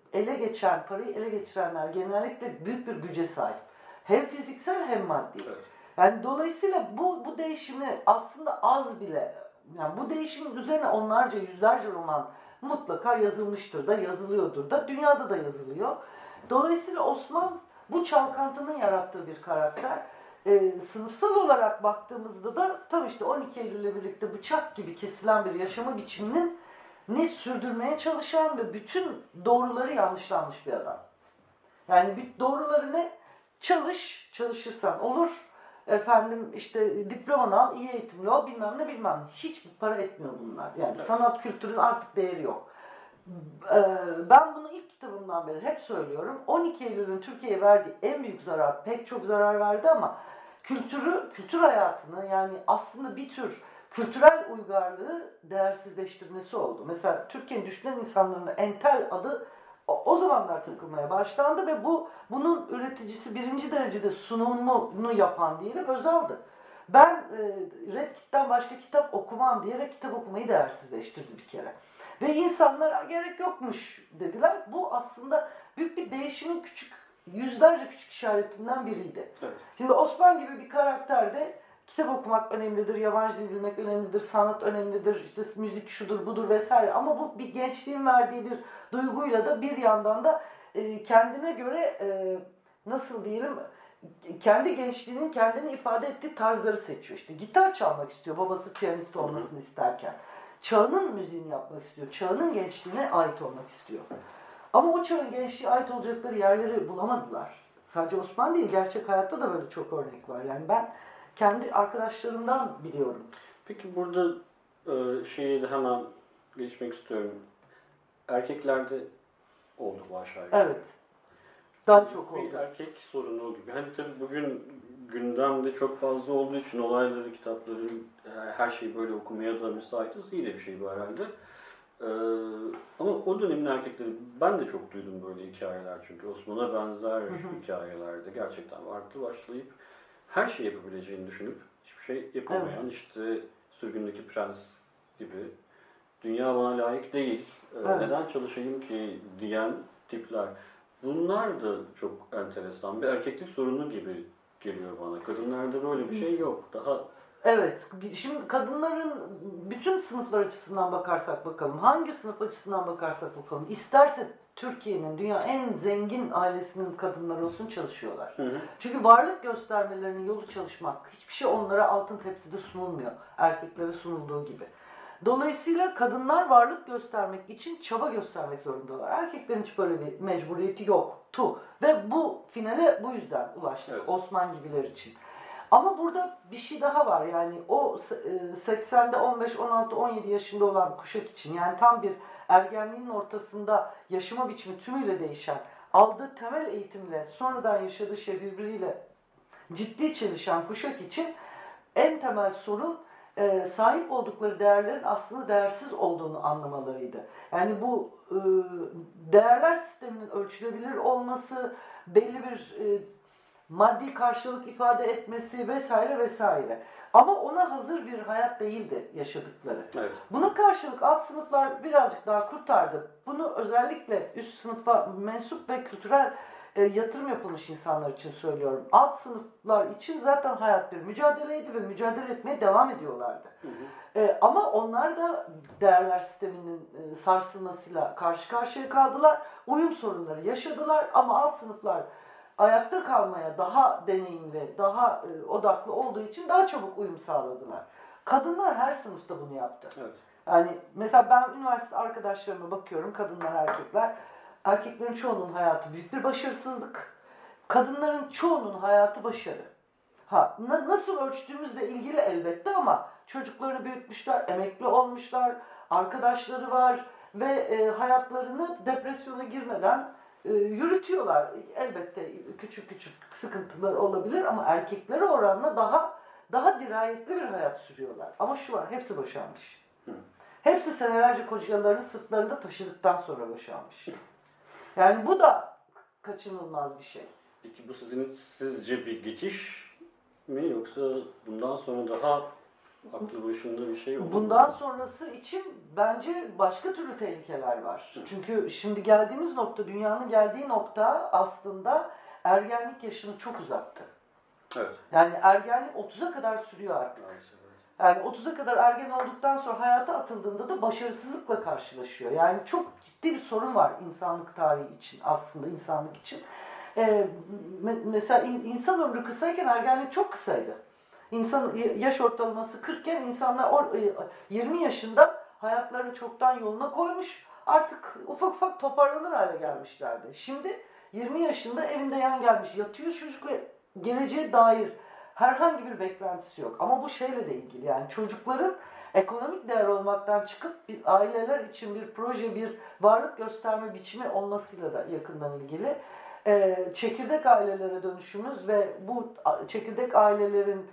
parayı ele geçirenler genellikle büyük bir güce sahip. Hem fiziksel hem maddi. Evet. Yani dolayısıyla bu değişimi aslında az bile, yani bu değişimin üzerine onlarca, yüzlerce roman mutlaka yazılmıştır da, yazılıyordur da, dünyada da yazılıyor. Dolayısıyla Osman bu çalkantının yarattığı bir karakter. Sınıfsal olarak baktığımızda da tam işte 12 Eylül'le birlikte bıçak gibi kesilen bir yaşama biçiminin sürdürmeye çalışan ve bütün doğruları yanlışlanmış bir adam. Yani doğruları ne? Çalışırsan olur. Efendim işte diplomanı al, iyi eğitimli ol, bilmem ne. Hiçbir para etmiyor bunlar. Yani sanat kültürün artık değeri yok. Ben bunu ilk kitabımdan beri hep söylüyorum. 12 Eylül'ün Türkiye'ye verdiği en büyük zarar, pek çok zarar verdi ama kültür hayatını, yani aslında bir tür kültürel uygarlığı değersizleştirmesi oldu. Mesela Türkiye'nin düşünen insanların entel adı o zamanlar takılmaya başlandı ve bunun üreticisi birinci derecede sunumunu yapan diyelim Özal'dı. Ben Red Kit'ten başka kitap okumam diyerek kitap okumayı değersizleştirdi bir kere. Ve insanlar gerek yokmuş dediler. Bu aslında büyük bir değişimin yüzlerce küçük işaretinden biriydi. Evet. Şimdi Osman gibi bir karakterde kitap okumak önemlidir, yabancı dil bilmek önemlidir, sanat önemlidir, işte müzik şudur budur vesaire. Ama bu bir gençliğin verdiği bir duyguyla da bir yandan da kendine göre nasıl diyelim, kendi gençliğinin kendini ifade ettiği tarzları seçiyor. İşte gitar çalmak istiyor, babası piyanist olmasını isterken. Çağının müziğini yapmak istiyor, çağının gençliğine ait olmak istiyor. Ama o çağın gençliğe ait olacakları yerleri bulamadılar. Sadece Osman değil, gerçek hayatta da böyle çok örnek var. Yani ben kendi arkadaşlarımdan biliyorum. Peki burada şeyi de hemen geçmek istiyorum. Erkeklerde oldu bu aşağıya. Evet. Daha çok oldu. Bir erkek sorunu gibi. Hani tabii bugün gündemde çok fazla olduğu için olayları, kitapları, her şeyi böyle okumaya da müsaitiz. İyi de bir şey bu herhalde. Ama o dönemin erkekleri, ben de çok duydum böyle hikayeler çünkü Osman'a benzer hikayelerde gerçekten farklı başlayıp her şey yapabileceğini düşünüp hiçbir şey yapamayan, işte Sürgündeki Prens gibi, dünya bana layık değil, neden çalışayım ki diyen tipler. Bunlar da çok enteresan. Bir erkeklik sorunu gibi geliyor bana. Kadınlarda böyle bir şey yok. Daha evet. Şimdi kadınların bütün sınıflar açısından bakarsak bakalım, hangi sınıf açısından bakarsak bakalım, isterse Türkiye'nin, dünya en zengin ailesinin kadınları olsun, çalışıyorlar. Çünkü varlık göstermelerinin yolu çalışmak. Hiçbir şey onlara altın tepside sunulmuyor. Erkeklere sunulduğu gibi. Dolayısıyla kadınlar varlık göstermek için çaba göstermek zorundalar. Erkeklerin hiç böyle bir mecburiyeti yoktu. Ve bu finale bu yüzden ulaştık, evet. Osman gibiler için. Ama burada bir şey daha var. Yani o 80'de 15, 16, 17 yaşında olan kuşak için, yani tam bir ergenliğin ortasında yaşama biçimi tümüyle değişen, aldığı temel eğitimle sonradan yaşadığı şey birbiriyle ciddi çelişen kuşak için en temel sorun sahip oldukları değerlerin aslında değersiz olduğunu anlamalarıydı. Yani bu değerler sisteminin ölçülebilir olması, belli bir maddi karşılık ifade etmesi vesaire vesaire. Ama ona hazır bir hayat değildi yaşadıkları. Evet. Buna karşılık alt sınıflar birazcık daha kurtardı. Bunu özellikle üst sınıfa mensup ve kültürel yatırım yapılmış insanlar için söylüyorum. Alt sınıflar için zaten hayat bir mücadeleydi ve mücadele etmeye devam ediyorlardı. Ama onlar da değerler sisteminin sarsılmasıyla karşı karşıya kaldılar. Uyum sorunları yaşadılar ama alt sınıflar ayakta kalmaya daha deneyimli, daha odaklı olduğu için daha çabuk uyum sağladılar. Kadınlar her sınıfta bunu yaptı. Evet. Yani mesela ben üniversite arkadaşlarıma bakıyorum, kadınlar, erkekler. Erkeklerin çoğunun hayatı büyük bir başarısızlık. Kadınların çoğunun hayatı başarı. Nasıl ölçtüğümüzle ilgili elbette ama çocuklarını büyütmüşler, emekli olmuşlar, arkadaşları var ve hayatlarını depresyona girmeden yürütüyorlar. Elbette küçük küçük sıkıntılar olabilir ama erkeklere oranla daha dirayetli bir hayat sürüyorlar. Ama şu var, hepsi boşanmış. Hepsi senelerce kocalarını sırtlarında taşıdıktan sonra boşanmış. Yani bu da kaçınılmaz bir şey. Peki bu sizce bir geçiş mi, yoksa bundan sonra daha aklı başında bir şey olur mu? Bundan sonrası için bence başka türlü tehlikeler var. Çünkü şimdi geldiğimiz nokta, dünyanın geldiği nokta aslında ergenlik yaşını çok uzattı. Evet. Yani ergenlik 30'a kadar sürüyor artık. Yani 30'a kadar ergen olduktan sonra hayata atıldığında da başarısızlıkla karşılaşıyor. Yani çok ciddi bir sorun var insanlık tarihi için, aslında insanlık için. Mesela insan ömrü kısayken ergenlik çok kısaydı. İnsan yaş ortalaması 40 iken insanlar 20 yaşında hayatlarını çoktan yoluna koymuş, artık ufak ufak toparlanır hale gelmişlerdi. Şimdi 20 yaşında evinde yan gelmiş yatıyor çocuk ve geleceğe dair herhangi bir beklentisi yok. Ama bu şeyle de ilgili, yani çocukların ekonomik değer olmaktan çıkıp bir aileler için bir proje, bir varlık gösterme biçimi olmasıyla da yakından ilgili. Çekirdek ailelere dönüşümüz ve bu çekirdek ailelerin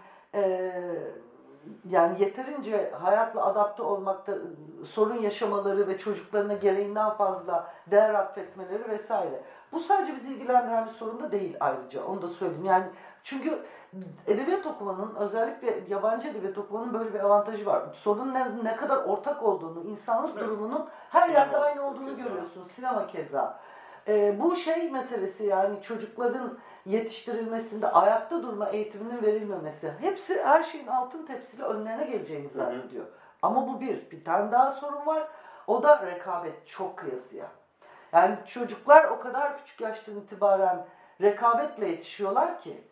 yani yeterince hayatla adapte olmakta sorun yaşamaları ve çocuklarına gereğinden fazla değer atfetmeleri vesaire. Bu sadece bizi ilgilendiren bir sorun da değil ayrıca, onu da söyleyeyim. Yani çünkü edebiyat okumanın, özellikle yabancı edebiyat okumanın böyle bir avantajı var. Sorunun ne kadar ortak olduğunu, insanlık durumunun her yerde aynı olduğunu görüyorsunuz. Sinema keza. Bu şey meselesi, yani çocukların yetiştirilmesinde ayakta durma eğitiminin verilmemesi. Hepsi her şeyin altın tepsiyle önlerine geleceğini zannediyor. Ama bu bir tane daha sorun var. O da rekabet çok kıyasıya. Yani çocuklar o kadar küçük yaştan itibaren rekabetle yetişiyorlar ki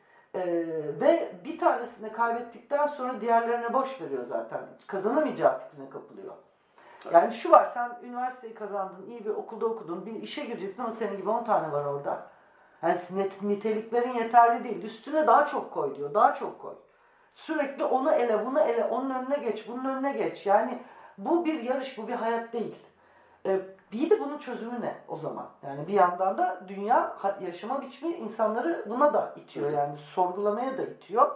ve bir tanesini kaybettikten sonra diğerlerine boş veriyor zaten. Kazanamayacağı fikrine kapılıyor. Yani şu var, sen üniversiteyi kazandın, iyi bir okulda okudun, bir işe gireceksin ama senin gibi 10 tane var orada. Yani niteliklerin yeterli değil. Üstüne daha çok koy diyor, daha çok koy. Sürekli onu ele, bunu ele, onun önüne geç, bunun önüne geç. Yani bu bir yarış, bu bir hayat değil. Bir de bunun çözümü ne o zaman? Yani bir yandan da dünya yaşama biçimi insanları buna da itiyor, yani sorgulamaya da itiyor.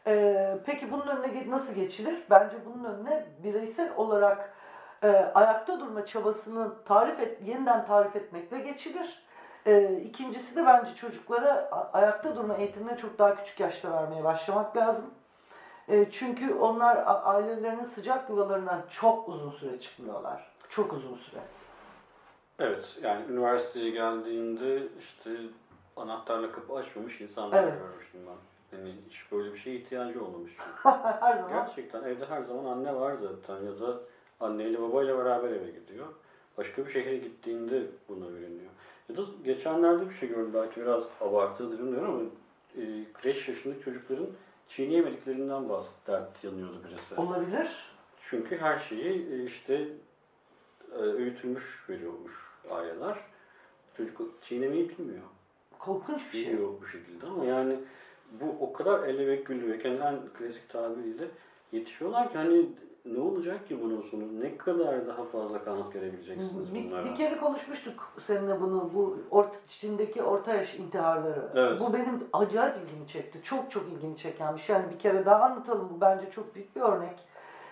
Peki bunun önüne nasıl geçilir? Bence bunun önüne bireysel olarak ayakta durma çabasını yeniden tarif etmekle geçilir. İkincisi de bence çocuklara ayakta durma eğitimini çok daha küçük yaşta vermeye başlamak lazım. Çünkü onlar ailelerinin sıcak yuvalarından çok uzun süre çıkmıyorlar. Çok uzun süre. Evet, yani üniversiteye geldiğinde işte anahtarla kapı açmamış insanlar görmüştüm ben. Yani hiç böyle bir şeye ihtiyacı olmamış. Her zaman. Gerçekten evde her zaman anne var zaten, ya da anneyle babayla beraber eve gidiyor. Başka bir şehre gittiğinde bunu öğreniyor. Ya da geçenlerde bir şey gördüm, belki biraz abartılı bilmiyorum ama kreş yaşındaki çocukların çiğneyemediklerinden dert yanıyordu birisi. Olabilir. Çünkü her şeyi işte öğütülmüş veriyormuş aileler. Çocuk çiğnemeyi bilmiyor. Korkunç bir şey. Biliyor bu şekilde ama yani bu o kadar elebek güllübek, yani en klasik tabiriyle yetişiyorlar ki hani ne olacak ki bunun sonu? Ne kadar daha fazla kanat görebileceksiniz bunlara? Bir kere konuşmuştuk seninle bunu, bu Çin'deki orta yaş intiharları. Evet. Bu benim acayip ilgimi çekti. Çok çok ilgimi çeken bir şey. Yani bir kere daha anlatalım. Bu bence çok büyük bir örnek.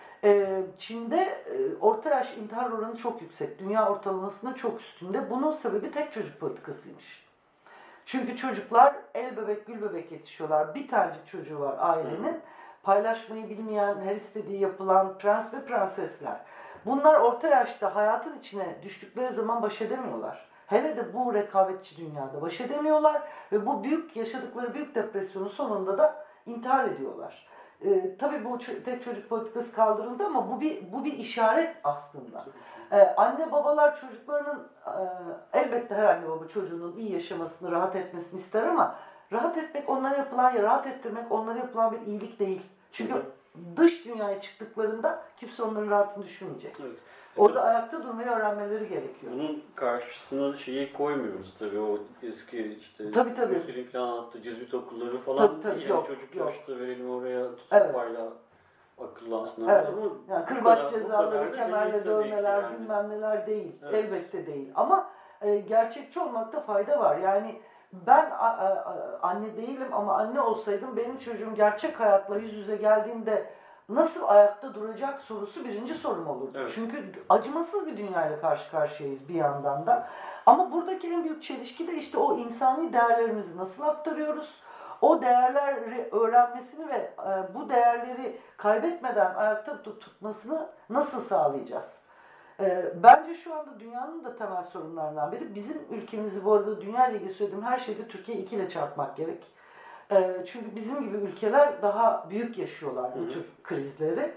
Çin'de orta yaş intihar oranı çok yüksek. Dünya ortalamasının çok üstünde. Bunun sebebi tek çocuk politikasıymış. Çünkü çocuklar el bebek gül bebek yetişiyorlar. Bir tanecik çocuğu var ailenin. Paylaşmayı bilmeyen, her istediği yapılan prens ve prensesler. Bunlar orta yaşta hayatın içine düştükleri zaman baş edemiyorlar. Hele de bu rekabetçi dünyada baş edemiyorlar ve bu yaşadıkları büyük depresyonun sonunda da intihar ediyorlar. Tabii bu tek çocuk politikası kaldırıldı ama bu bir işaret aslında. Anne babalar çocuklarının elbette her anne baba çocuğunun iyi yaşamasını, rahat etmesini ister ama rahat etmek onlara yapılan, ya rahat ettirmek onlara yapılan bir iyilik değil. Çünkü dış dünyaya çıktıklarında kimse onların rahatını düşünmeyecek. Evet. Orada ayakta durmayı öğrenmeleri gerekiyor. Bunun karşısına şeyi koymuyoruz tabii, o eski işte tabii. falan attı Cizvit okulları falan değil. Yok, çocuk yok. yaşta verelim oraya sopayla akıllansınlar. Evet. Yani kırbaç cezaları, kemerle dövmeler, yani bilmem neler değil. Evet. Elbette değil. Ama gerçekçi olmakta fayda var. Yani ben anne değilim ama anne olsaydım benim çocuğum gerçek hayatla yüz yüze geldiğinde nasıl ayakta duracak sorusu birinci sorum olurdu. Evet. Çünkü acımasız bir dünyayla karşı karşıyayız bir yandan da. Ama buradaki en büyük çelişki de işte o insani değerlerimizi nasıl aktarıyoruz? O değerleri öğrenmesini ve bu değerleri kaybetmeden ayakta tutmasını nasıl sağlayacağız? Bence şu anda dünyanın da temel sorunlarından biri. Bizim ülkemizi, bu arada dünya ile ilgili söylediğim her şeyde Türkiye 2 ile çarpmak gerek. Çünkü bizim gibi ülkeler daha büyük yaşıyorlar bu tür krizleri.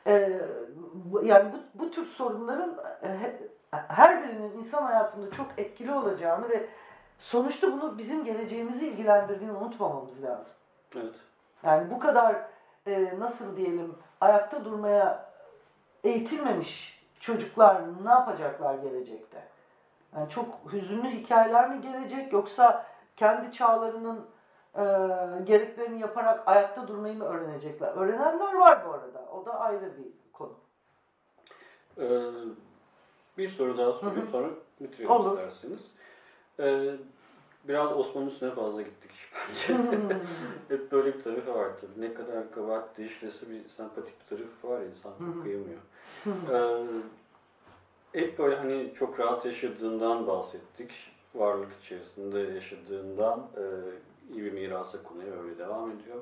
Yani bu tür sorunların her birinin insan hayatında çok etkili olacağını ve sonuçta bunu bizim geleceğimizi ilgilendirdiğini unutmamamız lazım. Evet. Yani bu kadar nasıl diyelim ayakta durmaya eğitilmemiş çocuklar ne yapacaklar gelecekte? Yani çok hüzünlü hikayeler mi gelecek, yoksa kendi çağlarının gereklerini yaparak ayakta durmayı mı öğrenecekler? Öğrenenler var bu arada. O da ayrı bir konu. Bir soru daha sorayım, sonra bitirelim Olur. isterseniz. Biraz Osman'ın üstüne fazla gittik bence. Hep böyle bir tarafı var tabii. Ne kadar kabahatli işlese bir sempatik bir tarafı var ya, insan çok kıyamıyor. Hep böyle hani çok rahat yaşadığından bahsettik. Varlık içerisinde yaşadığından, iyi bir mirasa konuya öyle devam ediyor.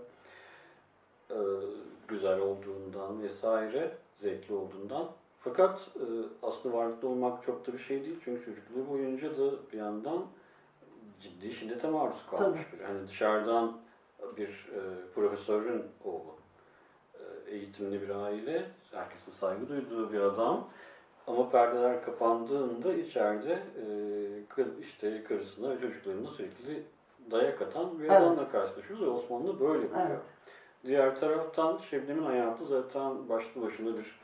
Güzel olduğundan vesaire, zevkli olduğundan. Fakat aslında varlıklı olmak çok da bir şey değil. Çünkü çocukluğu boyunca da bir yandan ciddi şiddete maruz kalmış biri. Hani dışarıdan bir profesörün oğlu, eğitimli bir aile, herkesin saygı duyduğu bir adam. Ama perdeler kapandığında içeride işte karısına ve çocuklarına sürekli dayak atan bir adamla karşılaşıyoruz ve Osmanlı böyle biliyor. Evet. Diğer taraftan Şebnem'in hayatı zaten başlı başına bir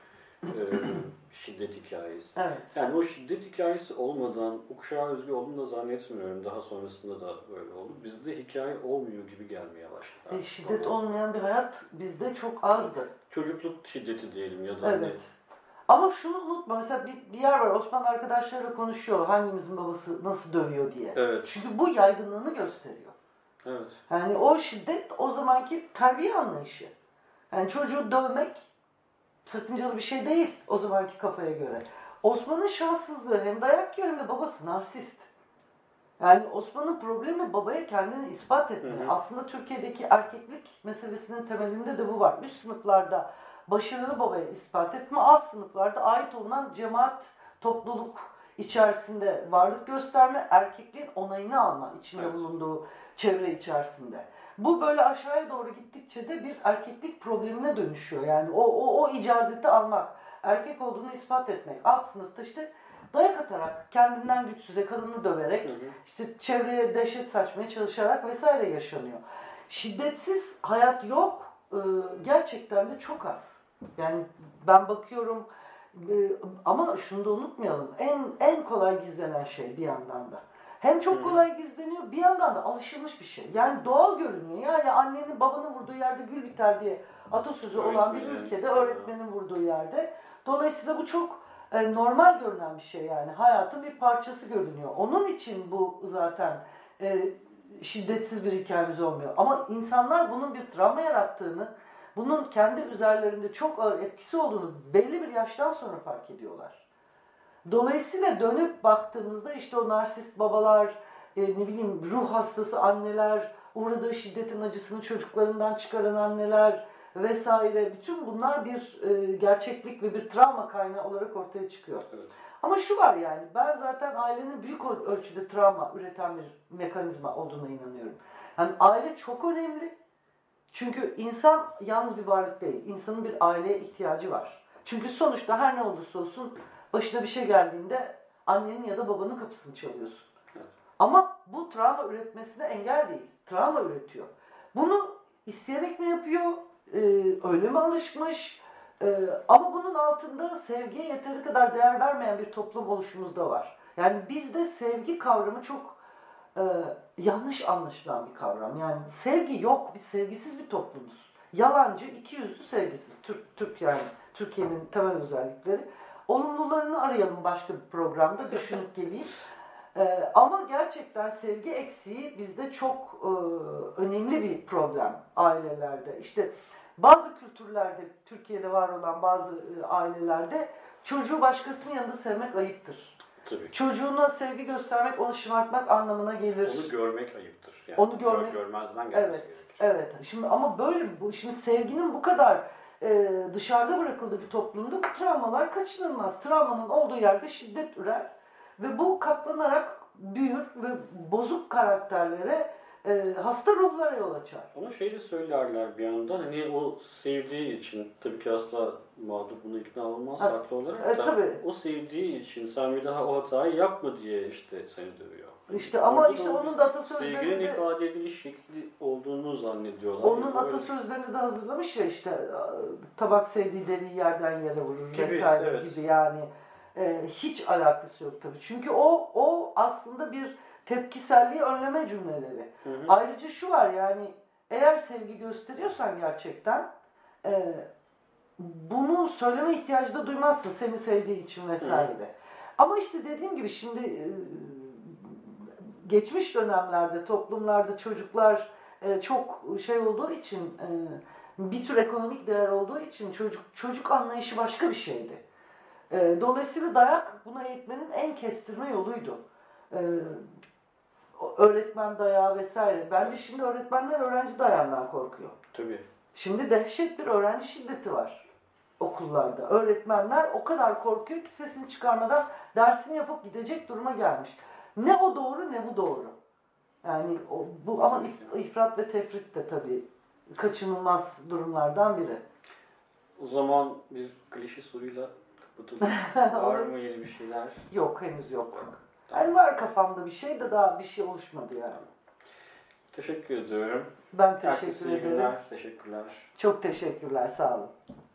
şiddet hikayesi. Evet. Yani o şiddet hikayesi olmadan o kuşağa özgü olduğunu da zannetmiyorum. Daha sonrasında da böyle oldu. Bizde hikaye olmuyor gibi gelmeye başladı. Şiddet olmayan bir hayat bizde çok azdı. Çocukluk şiddeti diyelim ya da evet. Hani... Ama şunu unutma, mesela bir yer var, Osman arkadaşlarıyla konuşuyor hangimizin babası nasıl dövüyor diye. Evet. Çünkü bu yaygınlığını gösteriyor. Evet. Yani o şiddet o zamanki terbiye anlayışı. Yani çocuğu dövmek sakıncalı bir şey değil o zamanki kafaya göre. Osman'ın şanssızlığı hem dayak yiyor hem de babası narsist. Yani Osman'ın problemi babaya kendini ispat etme. Hı hı. Aslında Türkiye'deki erkeklik meselesinin temelinde de bu var. Üst sınıflarda başarılı babaya ispat etme, alt sınıflarda ait olunan cemaat, topluluk içerisinde varlık gösterme, erkekliğin onayını alma içinde bulunduğu çevre içerisinde. Bu böyle aşağıya doğru gittikçe de bir erkeklik problemine dönüşüyor. Yani o icazeti almak, erkek olduğunu ispat etmek. Alt sınıfta işte dayak atarak, kendinden güçsüze, kadını döverek, işte çevreye dehşet saçmaya çalışarak vesaire yaşanıyor. Şiddetsiz hayat yok, gerçekten de çok az. Yani ben bakıyorum ama şunu da unutmayalım, en kolay gizlenen şey bir yandan da. Hem çok kolay gizleniyor, bir yandan da alışılmış bir şey. Yani doğal görünüyor. Yani annenin babanın vurduğu yerde gül biter diye atasözü olan bir ülkede, öğretmenin vurduğu yerde. Dolayısıyla bu çok normal görünen bir şey yani. Hayatın bir parçası görünüyor. Onun için bu zaten şiddetsiz bir hikayemiz olmuyor. Ama insanlar bunun bir travma yarattığını, bunun kendi üzerlerinde çok ağır etkisi olduğunu belli bir yaştan sonra fark ediyorlar. Dolayısıyla dönüp baktığımızda işte o narsist babalar, ne bileyim ruh hastası anneler, uğradığı şiddetin acısını çocuklarından çıkaran anneler vesaire, bütün bunlar bir gerçeklik ve bir travma kaynağı olarak ortaya çıkıyor. Evet. Ama şu var yani, ben zaten ailenin büyük ölçüde travma üreten bir mekanizma olduğuna inanıyorum. Yani aile çok önemli. Çünkü insan yalnız bir varlık değil. İnsanın bir aileye ihtiyacı var. Çünkü sonuçta her ne olursa olsun başına bir şey geldiğinde annenin ya da babanın kapısını çalıyorsun. Evet. Ama bu travma üretmesine engel değil. Travma üretiyor. Bunu isteyerek mi yapıyor? Öyle mi alışmış? Ama bunun altında sevgiye yeteri kadar değer vermeyen bir toplum oluşumuz da var. Yani bizde sevgi kavramı çok yanlış anlaşılan bir kavram. Yani sevgi yok. Biz sevgisiz bir toplumuz. Yalancı, ikiyüzlü, sevgisiz. Türk yani Türkiye'nin temel özellikleri. Olumlularını arayalım başka bir programda. Düşünüp geleyim. Ama gerçekten sevgi eksiği bizde çok önemli bir problem ailelerde. İşte bazı kültürlerde, Türkiye'de var olan bazı ailelerde çocuğu başkasının yanında sevmek ayıptır. Tabii. Çocuğuna sevgi göstermek, onu şımartmak anlamına gelir. Onu görmek ayıptır. Yani onu görmezden gelmesi gerekir. Evet. Şimdi ama böyle şimdi sevginin bu kadar dışarıda bırakıldığı bir toplumda bu travmalar kaçınılmaz. Travmanın olduğu yerde şiddet ürer ve bu katlanarak büyür ve bozuk karakterlere, hasta ruhlara yol açar. Ama şey de söylerler bir yandan, hani o sevdiği için, tabii ki asla mağdur buna ikna olmaz haklı olarak da, tabii. O sevdiği için sen bir daha o hatayı yapma diye işte seni dövüyor. İşte ama işte onun da atasözlerinde sevginin ifade ediliş şekli olduğunu zannediyorlar. Onun atasözlerini de hazırlamış ya, işte tabak sevdiği deriyi yerden yere vurur gibi, vesaire gibi yani. Hiç alakası yok tabii. Çünkü o aslında bir tepkiselliği önleme cümleleri. Hı hı. Ayrıca şu var, yani eğer sevgi gösteriyorsan gerçekten bunu söyleme ihtiyacı da duymazsın seni sevdiği için vesaire. Ama işte dediğim gibi şimdi geçmiş dönemlerde, toplumlarda çocuklar çok şey olduğu için, bir tür ekonomik değer olduğu için çocuk anlayışı başka bir şeydi. Dolayısıyla dayak buna eğitmenin en kestirme yoluydu. Öğretmen dayağı vesaire. Bence şimdi öğretmenler öğrenci dayağından korkuyor. Tabii. Şimdi dehşet bir öğrenci şiddeti var okullarda. Öğretmenler o kadar korkuyor ki sesini çıkarmadan dersini yapıp gidecek duruma gelmiş. Ne o doğru ne bu doğru. Yani bu ama ifrat ve tefrit de tabii kaçınılmaz durumlardan biri. O zaman bir klişe soruyla kapatalım. Var mı yeni bir şeyler? Yok, henüz yok. Tamam. Yani var kafamda bir şey de daha bir şey oluşmadı yani. Teşekkür ediyorum. Ben teşekkür Herkese iyi ederim. günler. Teşekkürler. Çok teşekkürler, sağ olun.